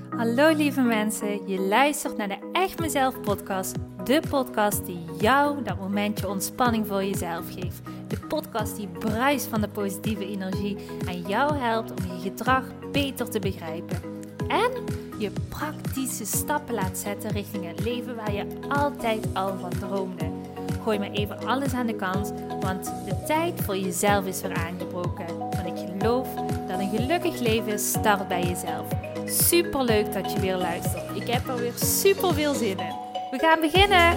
Hallo lieve mensen, je luistert naar de Echt Mezelf podcast. De podcast die jou dat momentje ontspanning voor jezelf geeft. De podcast die bruist van de positieve energie en jou helpt om je gedrag beter te begrijpen. En je praktische stappen laat zetten richting het leven waar je altijd al van droomde. Gooi maar even alles aan de kant, want de tijd voor jezelf is weer aangebroken. Want ik geloof dat een gelukkig leven start bij jezelf. Super leuk dat je weer luistert. Ik heb er weer super veel zin in. We gaan beginnen!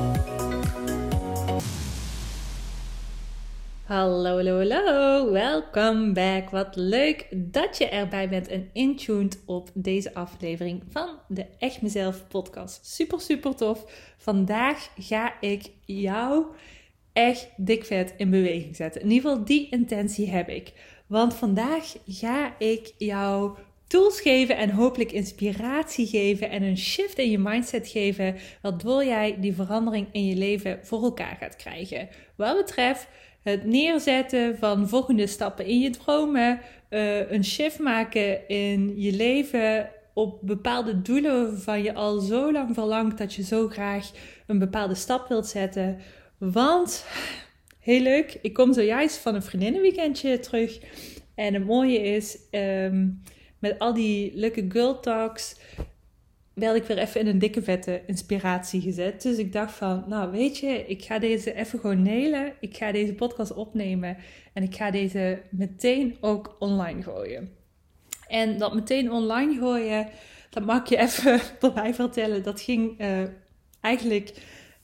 Hallo. Welcome back. Wat leuk dat je erbij bent en intuned op deze aflevering van de Echt Mezelf podcast. Super tof. Vandaag ga ik jou echt dikvet in beweging zetten. In ieder geval die intentie heb ik. Want vandaag ga ik jou tools geven en hopelijk inspiratie geven en een shift in je mindset geven, waardoor jij die verandering in je leven voor elkaar gaat krijgen. Wat betreft het neerzetten van volgende stappen in je dromen, een shift maken in je leven op bepaalde doelen waarvan je al zo lang verlangt dat je zo graag een bepaalde stap wilt zetten. Want, heel leuk, ik kom zojuist van een vriendinnenweekendje terug en het mooie is, met al die leuke girl talks werd ik weer even in een dikke vette inspiratie gezet. Dus ik dacht van, nou weet je, ik ga deze even gewoon nailen. Ik ga deze podcast opnemen en ik ga deze meteen ook online gooien. En dat meteen online gooien, dat mag ik je even erbij vertellen. Dat ging eigenlijk,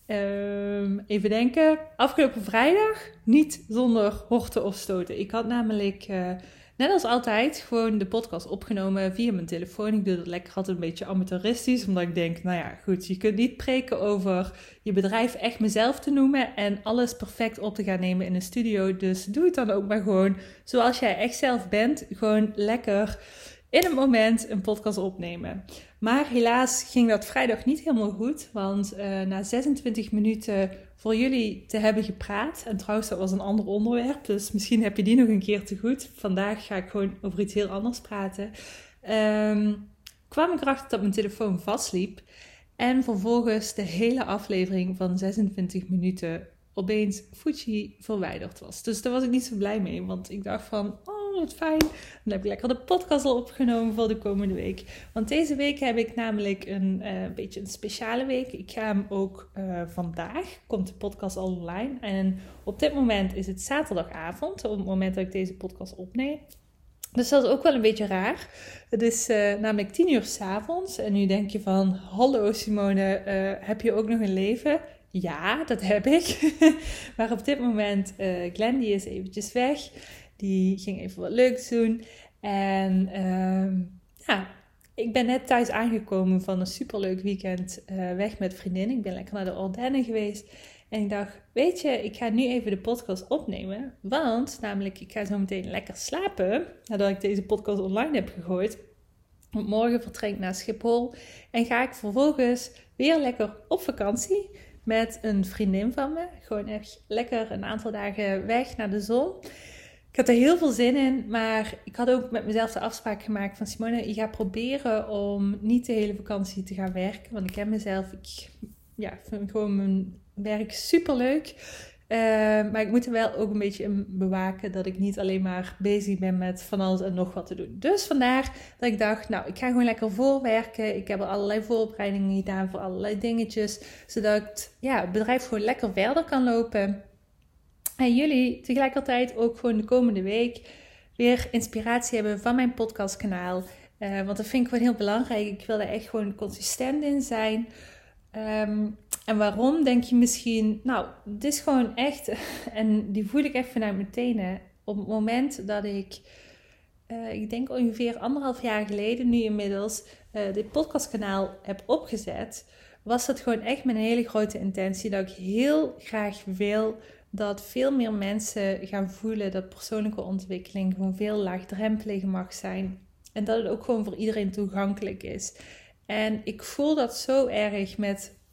even denken, afgelopen vrijdag niet zonder horten of stoten. Ik had namelijk net als altijd gewoon de podcast opgenomen via mijn telefoon. Ik doe dat lekker altijd een beetje amateuristisch. Omdat ik denk, nou ja, goed. Je kunt niet preken over je bedrijf Echt Mezelf te noemen. En alles perfect op te gaan nemen in een studio. Dus doe het dan ook maar gewoon zoals jij echt zelf bent. Gewoon lekker in een moment een podcast opnemen. Maar helaas ging dat vrijdag niet helemaal goed. Want na 26 minuten voor jullie te hebben gepraat. En trouwens, dat was een ander onderwerp. Dus misschien heb je die nog een keer te goed. Vandaag ga ik gewoon over iets heel anders praten. Kwam ik erachter dat mijn telefoon vastliep. En vervolgens de hele aflevering van 26 minuten opeens Fuji verwijderd was. Dus daar was ik niet zo blij mee. Want ik dacht van, oh wat fijn. Dan heb ik lekker de podcast al opgenomen voor de komende week. Want deze week heb ik namelijk een beetje een speciale week. Ik ga hem ook vandaag, komt de podcast al online. En op dit moment is het zaterdagavond, op het moment dat ik deze podcast opneem. Dus dat is ook wel een beetje raar. Het is namelijk 10:00 s'avonds. En nu denk je van, hallo Simone, heb je ook nog een leven? Ja, dat heb ik. Maar op dit moment, Glenn die is eventjes weg. Die ging even wat leuks doen. En ik ben net thuis aangekomen van een superleuk weekend weg met vriendin. Ik ben lekker naar de Ardennen geweest. En ik dacht, weet je, ik ga nu even de podcast opnemen. Want namelijk, ik ga zo meteen lekker slapen. Nadat ik deze podcast online heb gegooid. Want morgen vertrek ik naar Schiphol. En ga ik vervolgens weer lekker op vakantie met een vriendin van me. Gewoon echt lekker een aantal dagen weg naar de zon. Ik had er heel veel zin in, maar ik had ook met mezelf de afspraak gemaakt van Simone, je gaat proberen om niet de hele vakantie te gaan werken. Want ik ken mezelf, ik vind gewoon mijn werk superleuk. Maar ik moet er wel ook een beetje in bewaken dat ik niet alleen maar bezig ben met van alles en nog wat te doen. Dus vandaar dat ik dacht, nou, ik ga gewoon lekker voorwerken. Ik heb er allerlei voorbereidingen gedaan voor allerlei dingetjes. Zodat het bedrijf gewoon lekker verder kan lopen. En jullie tegelijkertijd ook gewoon de komende week weer inspiratie hebben van mijn podcastkanaal. Want dat vind ik gewoon heel belangrijk. Ik wil er echt gewoon consistent in zijn. En waarom, denk je misschien? Nou, het is gewoon echt, en die voel ik echt vanuit mijn tenen. Op het moment dat ik denk ongeveer 1,5 jaar geleden nu inmiddels, dit podcastkanaal heb opgezet, was dat gewoon echt mijn hele grote intentie. Dat ik heel graag wil dat veel meer mensen gaan voelen dat persoonlijke ontwikkeling gewoon veel laagdrempeliger mag zijn. En dat het ook gewoon voor iedereen toegankelijk is. En ik voel dat zo erg met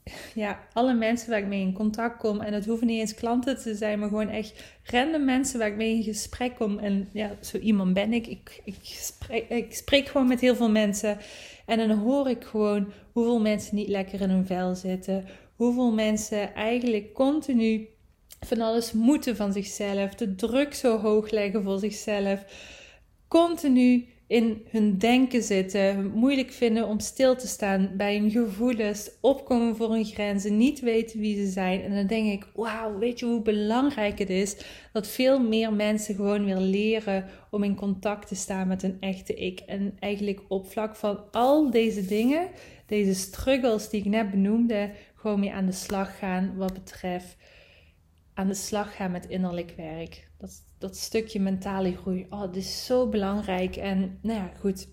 alle mensen waar ik mee in contact kom. En het hoeven niet eens klanten te zijn, maar gewoon echt random mensen waar ik mee in gesprek kom. En ja, zo iemand ben ik. Ik spreek gewoon met heel veel mensen. En dan hoor ik gewoon hoeveel mensen niet lekker in hun vel zitten. Hoeveel mensen eigenlijk continu van alles moeten van zichzelf. De druk zo hoog leggen voor zichzelf. Continu in hun denken zitten, moeilijk vinden om stil te staan bij hun gevoelens, opkomen voor hun grenzen, niet weten wie ze zijn. En dan denk ik, wauw, weet je hoe belangrijk het is dat veel meer mensen gewoon weer leren om in contact te staan met hun echte ik. En eigenlijk op vlak van al deze dingen, deze struggles die ik net benoemde, gewoon mee aan de slag gaan wat betreft aan de slag gaan met innerlijk werk. Dat stukje mentale groei. Oh, dat is zo belangrijk. En nou ja, goed.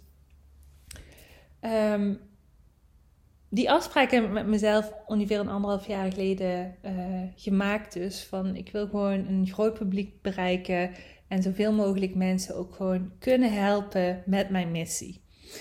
Die afspraken met mezelf ongeveer 1,5 jaar geleden gemaakt dus. Van ik wil gewoon een groot publiek bereiken. En zoveel mogelijk mensen ook gewoon kunnen helpen met mijn missie.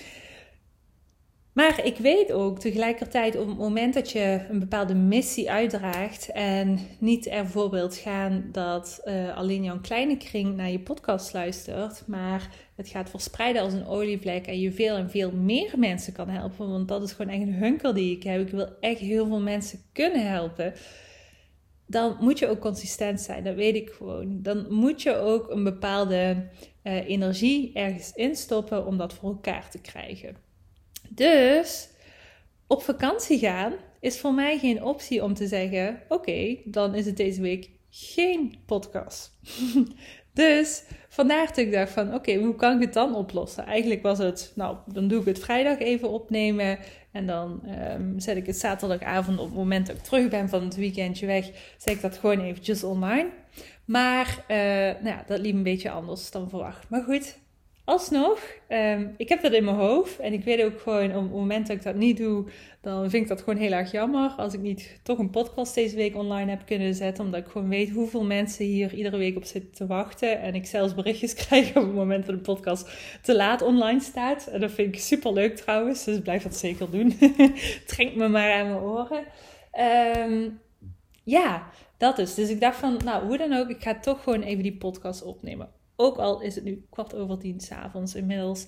Maar ik weet ook tegelijkertijd op het moment dat je een bepaalde missie uitdraagt en niet er bijvoorbeeld gaan dat alleen jouw kleine kring naar je podcast luistert, maar het gaat verspreiden als een olievlek en je veel en veel meer mensen kan helpen, want dat is gewoon echt een hunker die ik heb. Ik wil echt heel veel mensen kunnen helpen. Dan moet je ook consistent zijn, dat weet ik gewoon. Dan moet je ook een bepaalde energie ergens instoppen om dat voor elkaar te krijgen. Dus op vakantie gaan is voor mij geen optie om te zeggen, oké, dan is het deze week geen podcast. Dus vandaar dat ik dacht van, oké, hoe kan ik het dan oplossen? Eigenlijk was het, dan doe ik het vrijdag even opnemen en dan zet ik het zaterdagavond op het moment dat ik terug ben van het weekendje weg, zet ik dat gewoon eventjes online. Maar dat liep een beetje anders dan verwacht. Maar goed. Alsnog, ik heb dat in mijn hoofd en ik weet ook gewoon op het moment dat ik dat niet doe, dan vind ik dat gewoon heel erg jammer als ik niet toch een podcast deze week online heb kunnen zetten, omdat ik gewoon weet hoeveel mensen hier iedere week op zitten te wachten en ik zelfs berichtjes krijg op het moment dat de podcast te laat online staat. En dat vind ik super leuk trouwens, dus blijf dat zeker doen. Trekt me maar aan mijn oren. Dat is. Dus ik dacht van, hoe dan ook, ik ga toch gewoon even die podcast opnemen. Ook al is het nu 10:15 s'avonds inmiddels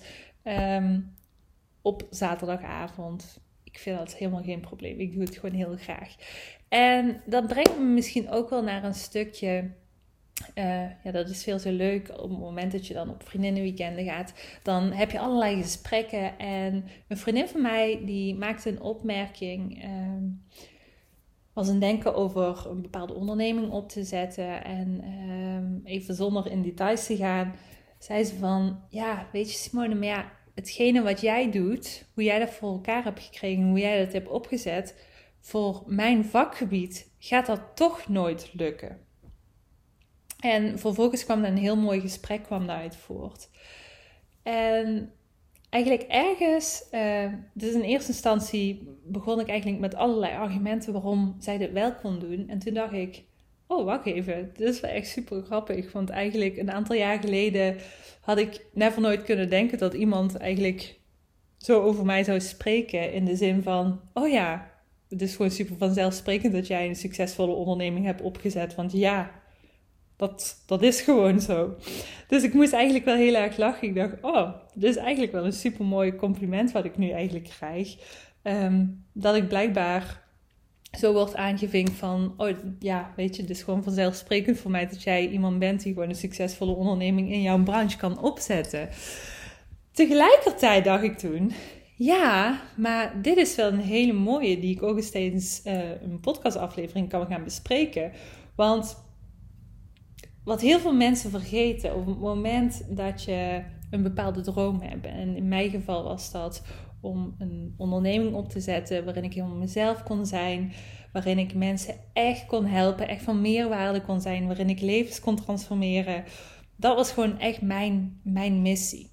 op zaterdagavond. Ik vind dat helemaal geen probleem. Ik doe het gewoon heel graag. En dat brengt me misschien ook wel naar een stukje. Dat is veel zo leuk. Op het moment dat je dan op vriendinnenweekenden gaat, dan heb je allerlei gesprekken. En een vriendin van mij die maakte een opmerking. Was een denken over een bepaalde onderneming op te zetten. En even zonder in details te gaan, zei ze van, ja, weet je Simone, maar ja, hetgene wat jij doet, hoe jij dat voor elkaar hebt gekregen, hoe jij dat hebt opgezet, voor mijn vakgebied gaat dat toch nooit lukken. En vervolgens kwam er een heel mooi gesprek daaruit voort. En eigenlijk ergens, dus in eerste instantie begon ik eigenlijk met allerlei argumenten waarom zij dit wel kon doen. En toen dacht ik, oh wacht even, dit is wel echt super grappig. Want eigenlijk een aantal jaar geleden had ik never nooit kunnen denken dat iemand eigenlijk zo over mij zou spreken. In de zin van, oh ja, het is gewoon super vanzelfsprekend dat jij een succesvolle onderneming hebt opgezet. Want ja, dat is gewoon zo. Dus ik moest eigenlijk wel heel erg lachen. Ik dacht, dit is eigenlijk wel een super mooi compliment wat ik nu eigenlijk krijg. Dat ik blijkbaar zo word aangevinkt van, weet je, het is gewoon vanzelfsprekend voor mij dat jij iemand bent die gewoon een succesvolle onderneming in jouw branche kan opzetten. Tegelijkertijd dacht ik toen, ja, maar dit is wel een hele mooie die ik ook eens tijdens een podcastaflevering kan gaan bespreken. Want wat heel veel mensen vergeten op het moment dat je een bepaalde droom hebt. En in mijn geval was dat om een onderneming op te zetten waarin ik helemaal mezelf kon zijn. Waarin ik mensen echt kon helpen, echt van meerwaarde kon zijn. Waarin ik levens kon transformeren. Dat was gewoon echt mijn missie.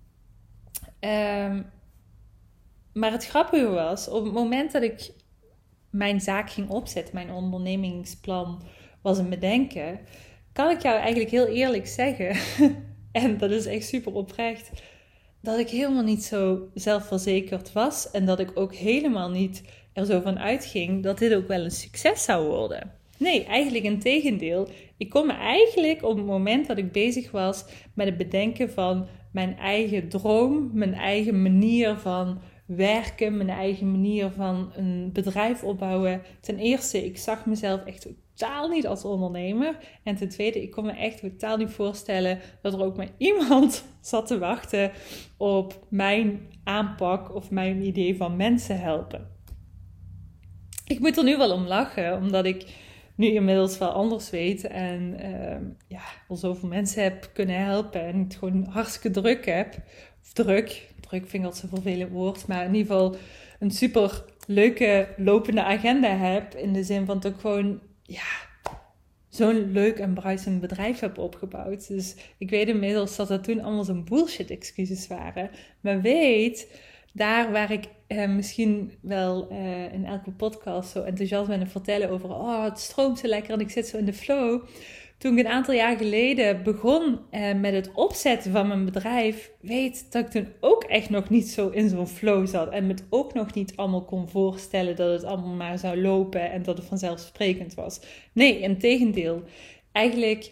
Maar het grappige was, op het moment dat ik mijn zaak ging opzetten, mijn ondernemingsplan was een bedenken, kan ik jou eigenlijk heel eerlijk zeggen, en dat is echt super oprecht, dat ik helemaal niet zo zelfverzekerd was. En dat ik ook helemaal niet er zo van uitging dat dit ook wel een succes zou worden. Nee, eigenlijk in tegendeel. Ik kon me eigenlijk op het moment dat ik bezig was met het bedenken van mijn eigen droom, mijn eigen manier van werken, mijn eigen manier van een bedrijf opbouwen. Ten eerste, ik zag mezelf echt totaal niet als ondernemer. En ten tweede, ik kon me echt totaal niet voorstellen dat er ook maar iemand zat te wachten op mijn aanpak of mijn idee van mensen helpen. Ik moet er nu wel om lachen, omdat ik nu inmiddels wel anders weet en al zoveel mensen heb kunnen helpen en het gewoon hartstikke druk heb. Of druk vind ik altijd zo'n vervelend woord, maar in ieder geval een super leuke lopende agenda heb. In de zin van dat ik gewoon zo'n leuk en bruisend bedrijf heb opgebouwd. Dus ik weet inmiddels dat toen allemaal zo'n bullshit excuses waren. Maar weet, daar waar ik misschien wel in elke podcast zo enthousiast ben te vertellen over het stroomt zo lekker en ik zit zo in de flow. Toen ik een aantal jaar geleden begon met het opzetten van mijn bedrijf, weet dat ik toen ook echt nog niet zo in zo'n flow zat. En me het ook nog niet allemaal kon voorstellen dat het allemaal maar zou lopen en dat het vanzelfsprekend was. Nee, integendeel. Eigenlijk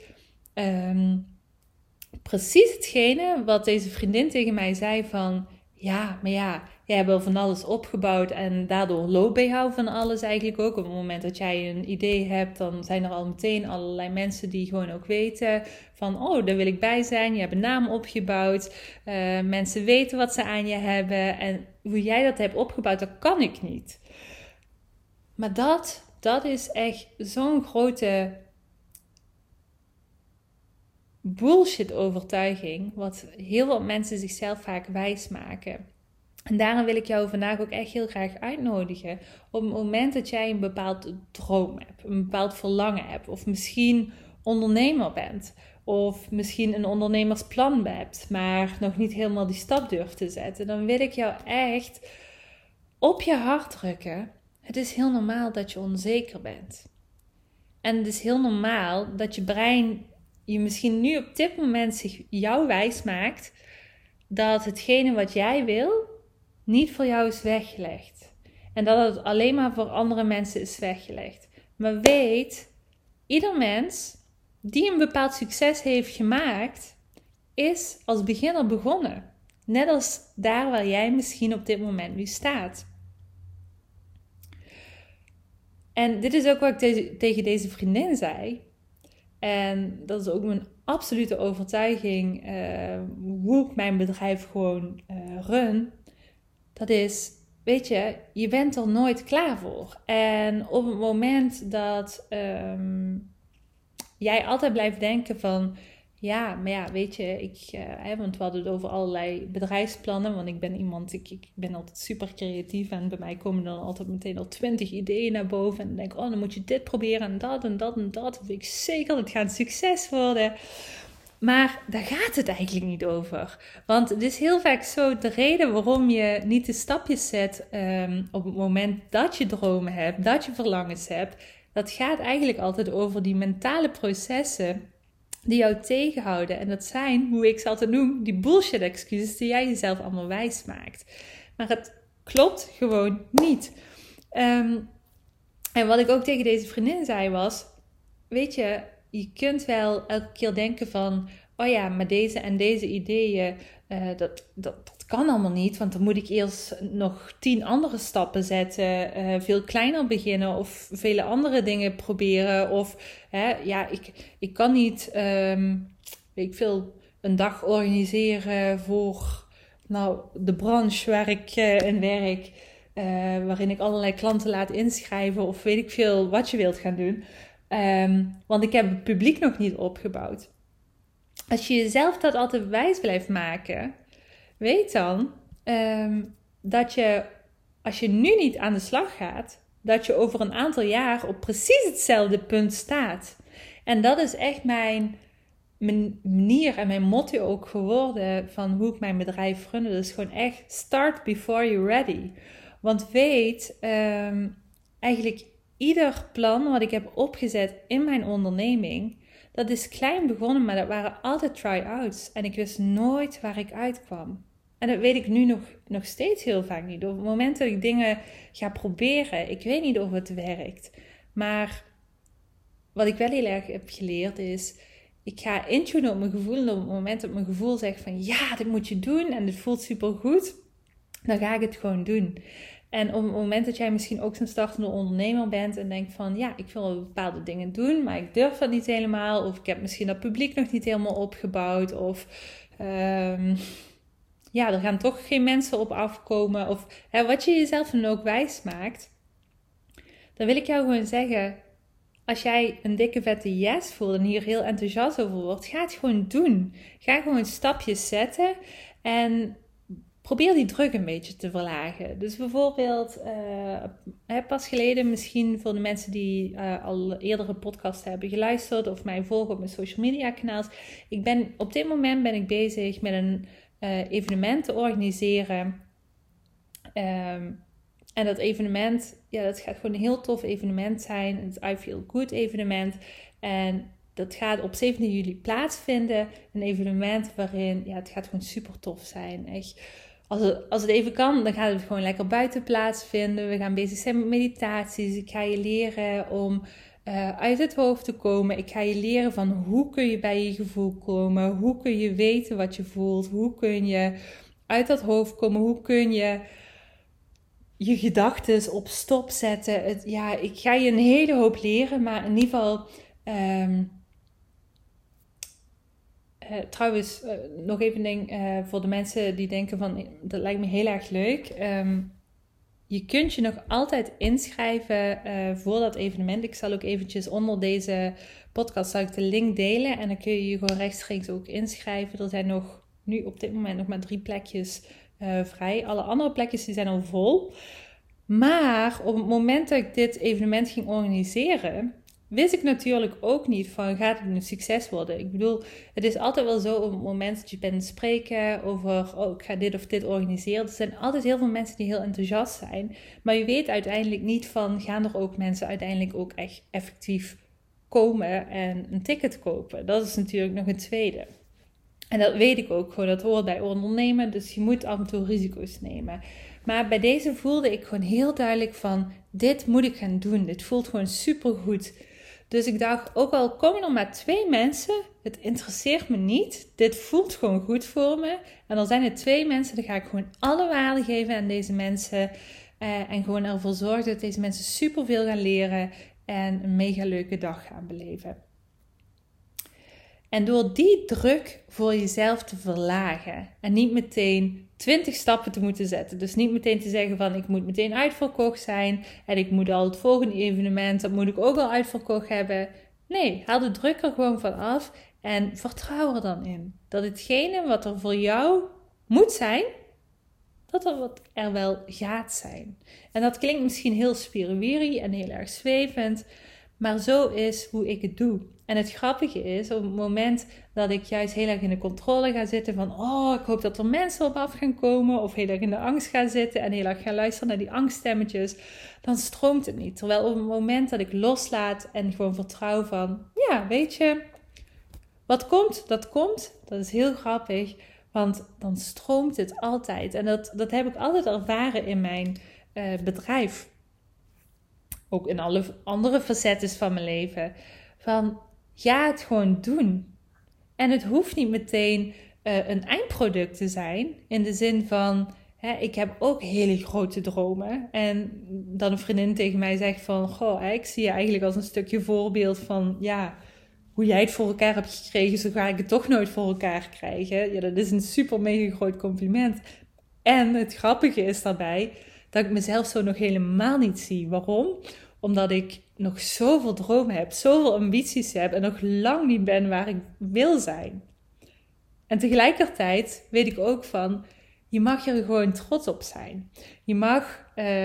precies hetgene wat deze vriendin tegen mij zei van... Ja, maar ja, jij hebt wel van alles opgebouwd en daardoor loopt bij jou van alles eigenlijk ook. Op het moment dat jij een idee hebt, dan zijn er al meteen allerlei mensen die gewoon ook weten van... daar wil ik bij zijn, je hebt een naam opgebouwd, mensen weten wat ze aan je hebben. En hoe jij dat hebt opgebouwd, dat kan ik niet. Maar dat is echt zo'n grote bullshit overtuiging, wat heel veel mensen zichzelf vaak wijsmaken. En daarom wil ik jou vandaag ook echt heel graag uitnodigen. Op het moment dat jij een bepaald droom hebt, een bepaald verlangen hebt, of misschien ondernemer bent, of misschien een ondernemersplan hebt, maar nog niet helemaal die stap durft te zetten, dan wil ik jou echt op je hart drukken. Het is heel normaal dat je onzeker bent. En het is heel normaal dat je brein je misschien nu op dit moment zich jou wijs maakt dat hetgene wat jij wil niet voor jou is weggelegd. En dat het alleen maar voor andere mensen is weggelegd. Maar weet, ieder mens die een bepaald succes heeft gemaakt, is als beginner begonnen. Net als daar waar jij misschien op dit moment nu staat. En dit is ook wat ik tegen deze vriendin zei. En dat is ook mijn absolute overtuiging, hoe ik mijn bedrijf gewoon run. Dat is, weet je, je bent er nooit klaar voor. En op het moment dat jij altijd blijft denken van... Ja, maar ja, weet je, want we hadden het over allerlei bedrijfsplannen. Want ik ben iemand, ik ben altijd super creatief. En bij mij komen dan altijd meteen al 20 ideeën naar boven. En dan denk ik, dan moet je dit proberen en dat en dat en dat. Dan weet ik zeker, dat gaat een succes worden. Maar daar gaat het eigenlijk niet over. Want het is heel vaak zo, de reden waarom je niet de stapjes zet op het moment dat je dromen hebt, dat je verlangens hebt. Dat gaat eigenlijk altijd over die mentale processen die jou tegenhouden. En dat zijn, hoe ik ze altijd noem, die bullshit excuses die jij jezelf allemaal wijs maakt. Maar het klopt gewoon niet. En wat ik ook tegen deze vriendin zei was, weet je, je kunt wel elke keer denken van, maar deze en deze ideeën, dat kan allemaal niet, want dan moet ik eerst nog 10 andere stappen zetten, veel kleiner beginnen of vele andere dingen proberen. Of ik kan niet, een dag organiseren voor de branche waar ik in werk, waarin ik allerlei klanten laat inschrijven of weet ik veel wat je wilt gaan doen. Want ik heb het publiek nog niet opgebouwd. Als je jezelf dat altijd wijs blijft maken, weet dan dat je, als je nu niet aan de slag gaat, dat je over een aantal jaar op precies hetzelfde punt staat. En dat is echt mijn manier en mijn motto ook geworden van hoe ik mijn bedrijf run. Dus gewoon echt start before you're ready. Want weet, eigenlijk ieder plan wat ik heb opgezet in mijn onderneming, dat is klein begonnen, maar dat waren altijd try-outs. En ik wist nooit waar ik uitkwam. En dat weet ik nu nog steeds heel vaak niet. Op het moment dat ik dingen ga proberen, ik weet niet of het werkt. Maar wat ik wel heel erg heb geleerd is, ik ga intunen op mijn gevoel. En op het moment dat mijn gevoel zegt van ja, dit moet je doen en dit voelt supergoed, dan ga ik het gewoon doen. En op het moment dat jij misschien ook zo'n startende ondernemer bent en denkt van ja, ik wil bepaalde dingen doen, maar ik durf dat niet helemaal. Of ik heb misschien dat publiek nog niet helemaal opgebouwd. Of er gaan toch geen mensen op afkomen. Of wat je jezelf dan ook wijs maakt. Dan wil ik jou gewoon zeggen, als jij een dikke vette yes voelt en hier heel enthousiast over wordt, ga het gewoon doen. Ga gewoon stapjes zetten en probeer die druk een beetje te verlagen. Dus bijvoorbeeld, pas geleden, misschien voor de mensen die al eerdere podcasts hebben geluisterd of mij volgen op mijn social media kanaals. Op dit moment ben ik bezig met een evenement te organiseren. En dat evenement, dat gaat gewoon een heel tof evenement zijn. Het I Feel Good evenement. En dat gaat op 17 juli plaatsvinden. Een evenement waarin, het gaat gewoon super tof zijn. Echt. Als het even kan, dan gaat het gewoon lekker buiten plaatsvinden. We gaan bezig zijn met meditaties. Ik ga je leren om uit het hoofd te komen. Ik ga je leren van hoe kun je bij je gevoel komen. Hoe kun je weten wat je voelt. Hoe kun je uit dat hoofd komen. Hoe kun je je gedachten op stop zetten. Ik ga je een hele hoop leren. Maar in ieder geval... trouwens, nog even een ding voor de mensen die denken van dat lijkt me heel erg leuk. Je kunt je nog altijd inschrijven voor dat evenement. Ik zal ook eventjes onder deze podcast de link delen. En dan kun je je gewoon rechtstreeks ook inschrijven. Er zijn nu op dit moment nog maar 3 plekjes vrij. Alle andere plekjes die zijn al vol. Maar op het moment dat ik dit evenement ging organiseren, wist ik natuurlijk ook niet van gaat het een succes worden. Ik bedoel, het is altijd wel zo op het moment dat je bent spreken over ik ga dit of dit organiseren. Er zijn altijd heel veel mensen die heel enthousiast zijn. Maar je weet uiteindelijk niet van gaan er ook mensen uiteindelijk ook echt effectief komen en een ticket kopen. Dat is natuurlijk nog een tweede. En dat weet ik ook gewoon, dat hoort bij ondernemen. Dus je moet af en toe risico's nemen. Maar bij deze voelde ik gewoon heel duidelijk van dit moet ik gaan doen. Dit voelt gewoon supergoed. Dus ik dacht, ook al komen er maar 2 mensen, het interesseert me niet. Dit voelt gewoon goed voor me. En er zijn er 2 mensen, dan ga ik gewoon alle waarde geven aan deze mensen. En gewoon ervoor zorgen dat deze mensen superveel gaan leren en een mega leuke dag gaan beleven. En door die druk voor jezelf te verlagen en niet meteen 20 stappen te moeten zetten. Dus niet meteen te zeggen van ik moet meteen uitverkocht zijn en ik moet al het volgende evenement, dat moet ik ook al uitverkocht hebben. Nee, haal de druk er gewoon van af en vertrouw er dan in. Dat hetgene wat er voor jou moet zijn, dat er wel gaat zijn. En dat klinkt misschien heel spiriwiri en heel erg zwevend, maar zo is hoe ik het doe. En het grappige is, op het moment dat ik juist heel erg in de controle ga zitten van ik hoop dat er mensen op af gaan komen, of heel erg in de angst ga zitten en heel erg ga luisteren naar die angststemmetjes, dan stroomt het niet. Terwijl op het moment dat ik loslaat en gewoon vertrouw van, weet je, wat komt, dat komt. Dat is heel grappig, want dan stroomt het altijd. En dat heb ik altijd ervaren in mijn bedrijf. Ook in alle andere facetten van mijn leven. Van, ga het gewoon doen. En het hoeft niet meteen een eindproduct te zijn. In de zin van, ik heb ook hele grote dromen. En dan een vriendin tegen mij zegt van, ik zie je eigenlijk als een stukje voorbeeld van, hoe jij het voor elkaar hebt gekregen, zo ga ik het toch nooit voor elkaar krijgen. Ja, dat is een super mega groot compliment. En het grappige is daarbij dat ik mezelf zo nog helemaal niet zie. Waarom? Omdat ik nog zoveel dromen heb, zoveel ambities heb en nog lang niet ben waar ik wil zijn. En tegelijkertijd weet ik ook van, je mag er gewoon trots op zijn. Je mag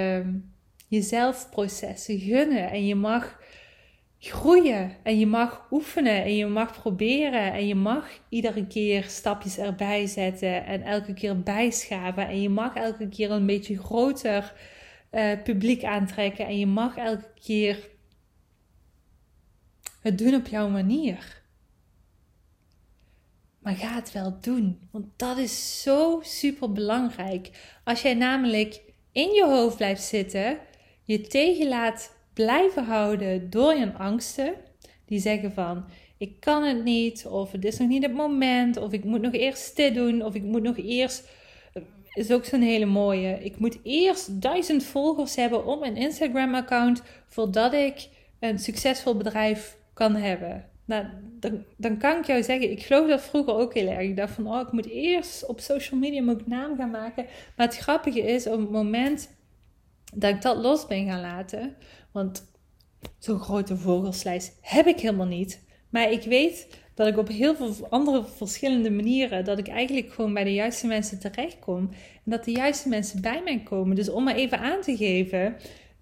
jezelf processen gunnen en je mag groeien en je mag oefenen en je mag proberen en je mag iedere keer stapjes erbij zetten en elke keer bijschaven en je mag elke keer een beetje groter publiek aantrekken en je mag elke keer het doen op jouw manier. Maar ga het wel doen. Want dat is zo super belangrijk. Als jij namelijk in je hoofd blijft zitten, je tegen laat blijven houden door je angsten. Die zeggen van, ik kan het niet. Of het is nog niet het moment. Of ik moet nog eerst dit doen. Of ik moet nog eerst... Is ook zo'n hele mooie. Ik moet eerst 1000 volgers hebben op mijn Instagram account voordat ik een succesvol bedrijf kan hebben. Nou, dan kan ik jou zeggen, ik geloof dat vroeger ook heel erg. Ik dacht van, ik moet eerst op social media mijn naam gaan maken. Maar het grappige is, op het moment dat ik dat los ben gaan laten, want zo'n grote volgerslijst heb ik helemaal niet. Maar ik weet dat ik op heel veel andere verschillende manieren, dat ik eigenlijk gewoon bij de juiste mensen terechtkom. En dat de juiste mensen bij mij komen. Dus om maar even aan te geven,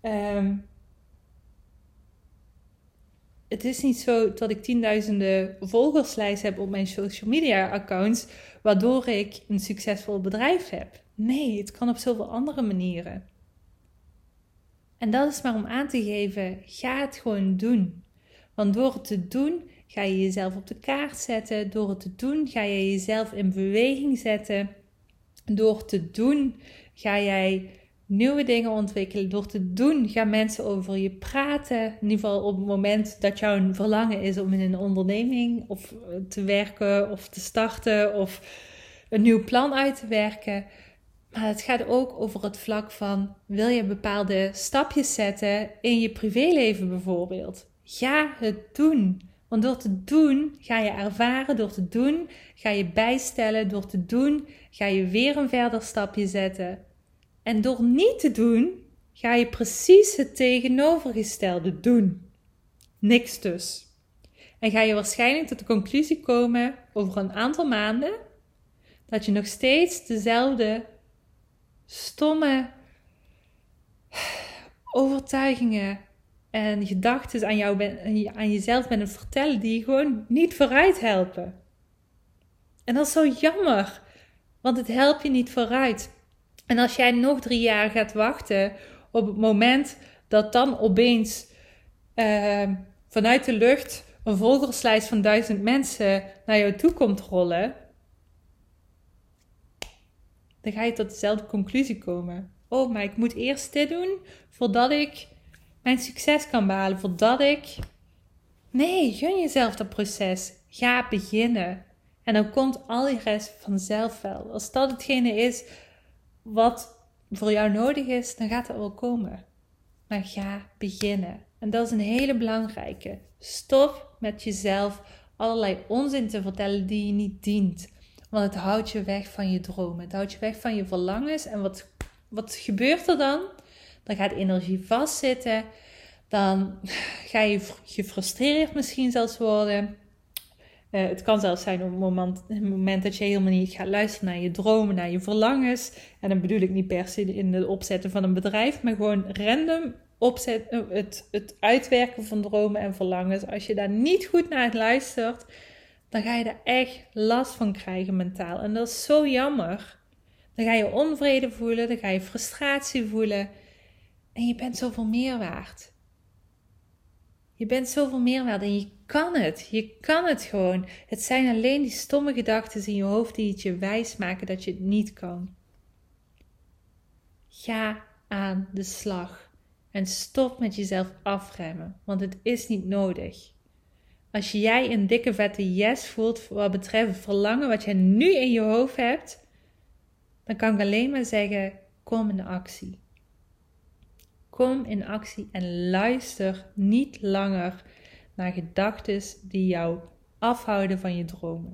het is niet zo dat ik 10.000 volgerslijst heb op mijn social media accounts, waardoor ik een succesvol bedrijf heb. Nee, het kan op zoveel andere manieren. En dat is maar om aan te geven, ga het gewoon doen. Want door het te doen, ga je jezelf op de kaart zetten. Door het te doen, ga je jezelf in beweging zetten. Door te doen, ga jij nieuwe dingen ontwikkelen. Door te doen, gaan mensen over je praten. In ieder geval op het moment dat jouw verlangen is om in een onderneming of te werken of te starten of een nieuw plan uit te werken. Maar het gaat ook over het vlak van, wil je bepaalde stapjes zetten in je privéleven bijvoorbeeld? Ga het doen. Want door te doen ga je ervaren, door te doen ga je bijstellen, door te doen ga je weer een verder stapje zetten. En door niet te doen ga je precies het tegenovergestelde doen. Niks dus. En ga je waarschijnlijk tot de conclusie komen over een aantal maanden dat je nog steeds dezelfde stomme overtuigingen en gedachten aan jezelf bent het vertellen die je gewoon niet vooruit helpen. En dat is zo jammer, want het helpt je niet vooruit. En als jij nog 3 jaar gaat wachten op het moment dat dan opeens vanuit de lucht een volgerslijst van 1000 mensen naar jou toe komt rollen, dan ga je tot dezelfde conclusie komen. Oh, maar ik moet eerst dit doen voordat ik mijn succes kan behalen. Voordat ik... Nee, gun jezelf dat proces. Ga beginnen. En dan komt al die rest vanzelf wel. Als dat hetgene is wat voor jou nodig is, dan gaat het wel komen. Maar ga beginnen. En dat is een hele belangrijke. Stop met jezelf allerlei onzin te vertellen die je niet dient. Want het houdt je weg van je dromen. Het houdt je weg van je verlangens. En wat gebeurt er dan? Dan gaat energie vastzitten. Dan ga je gefrustreerd misschien zelfs worden. Het kan zelfs zijn op het moment dat je helemaal niet gaat luisteren naar je dromen, naar je verlangens. En dan bedoel ik niet per se in het opzetten van een bedrijf, maar gewoon random het uitwerken van dromen en verlangens. Als je daar niet goed naar luistert, dan ga je daar echt last van krijgen mentaal. En dat is zo jammer. Dan ga je onvrede voelen, dan ga je frustratie voelen. En je bent zoveel meer waard. Je bent zoveel meer waard en je kan het. Je kan het gewoon. Het zijn alleen die stomme gedachten in je hoofd die het je wijs maken dat je het niet kan. Ga aan de slag. En stop met jezelf afremmen, want het is niet nodig. Als jij een dikke vette yes voelt wat betreft het verlangen wat jij nu in je hoofd hebt, dan kan ik alleen maar zeggen, kom in actie. Kom in actie en luister niet langer naar gedachten die jou afhouden van je dromen.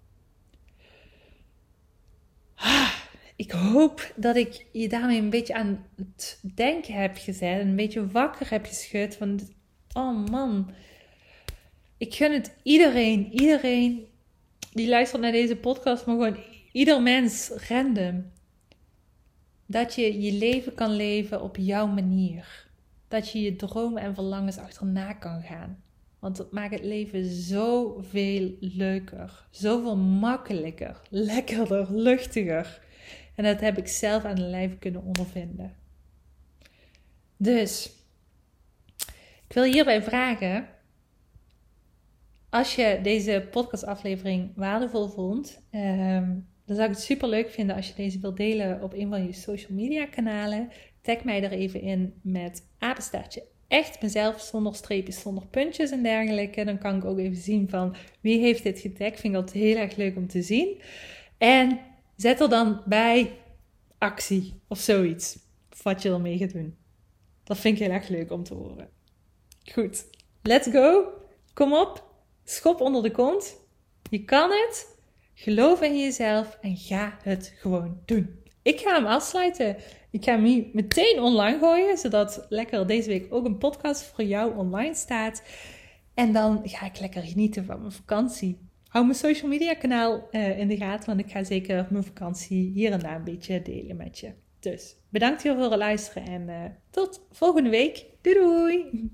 Ik hoop dat ik je daarmee een beetje aan het denken heb gezet. En een beetje wakker heb geschud. Want, oh man. Ik gun het iedereen die luistert naar deze podcast. Maar gewoon ieder mens random. Dat je je leven kan leven op jouw manier. Dat je je dromen en verlangens achterna kan gaan. Want dat maakt het leven zoveel leuker. Zoveel makkelijker. Lekkerder, luchtiger. En dat heb ik zelf aan de lijve kunnen ondervinden. Dus, ik wil hierbij vragen. als je deze podcastaflevering waardevol vond, dan zou ik het super leuk vinden als je deze wilt delen op een van je social media kanalen. Tag mij er even in met apenstaartje echt mezelf, zonder streepjes, zonder puntjes en dergelijke. Dan kan ik ook even zien van wie heeft dit getagd. Vind ik altijd heel erg leuk om te zien. En zet er dan bij actie of zoiets. Of wat je ermee gaat doen. Dat vind ik heel erg leuk om te horen. Goed, let's go. Kom op, schop onder de kont. Je kan het. Geloof in jezelf en ga het gewoon doen. Ik ga hem afsluiten. Ik ga hem nu meteen online gooien, zodat lekker deze week ook een podcast voor jou online staat. En dan ga ik lekker genieten van mijn vakantie. Hou mijn social media kanaal in de gaten, want ik ga zeker mijn vakantie hier en daar een beetje delen met je. Dus bedankt heel voor het luisteren en tot volgende week. Doei doei!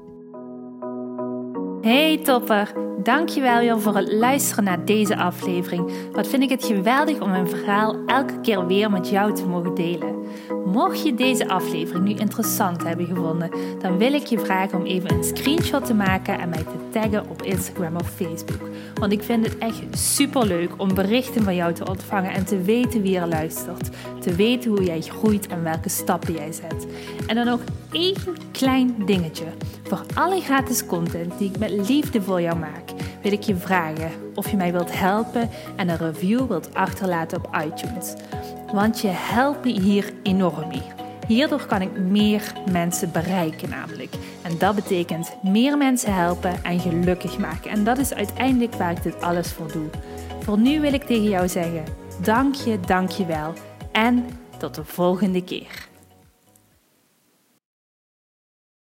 Hey topper, dankjewel weer voor het luisteren naar deze aflevering. Wat vind ik het geweldig om mijn verhaal elke keer weer met jou te mogen delen. Mocht je deze aflevering nu interessant hebben gevonden, dan wil ik je vragen om even een screenshot te maken en mij te taggen op Instagram of Facebook. Want ik vind het echt superleuk om berichten van jou te ontvangen en te weten wie er luistert. Te weten hoe jij groeit en welke stappen jij zet. En dan nog één klein dingetje. Voor alle gratis content die ik met liefde voor jou maak, wil ik je vragen of je mij wilt helpen en een review wilt achterlaten op iTunes. Want je helpt me hier enorm mee. Hierdoor kan ik meer mensen bereiken namelijk. En dat betekent meer mensen helpen en gelukkig maken. En dat is uiteindelijk waar ik dit alles voor doe. Voor nu wil ik tegen jou zeggen, dank je wel. En tot de volgende keer.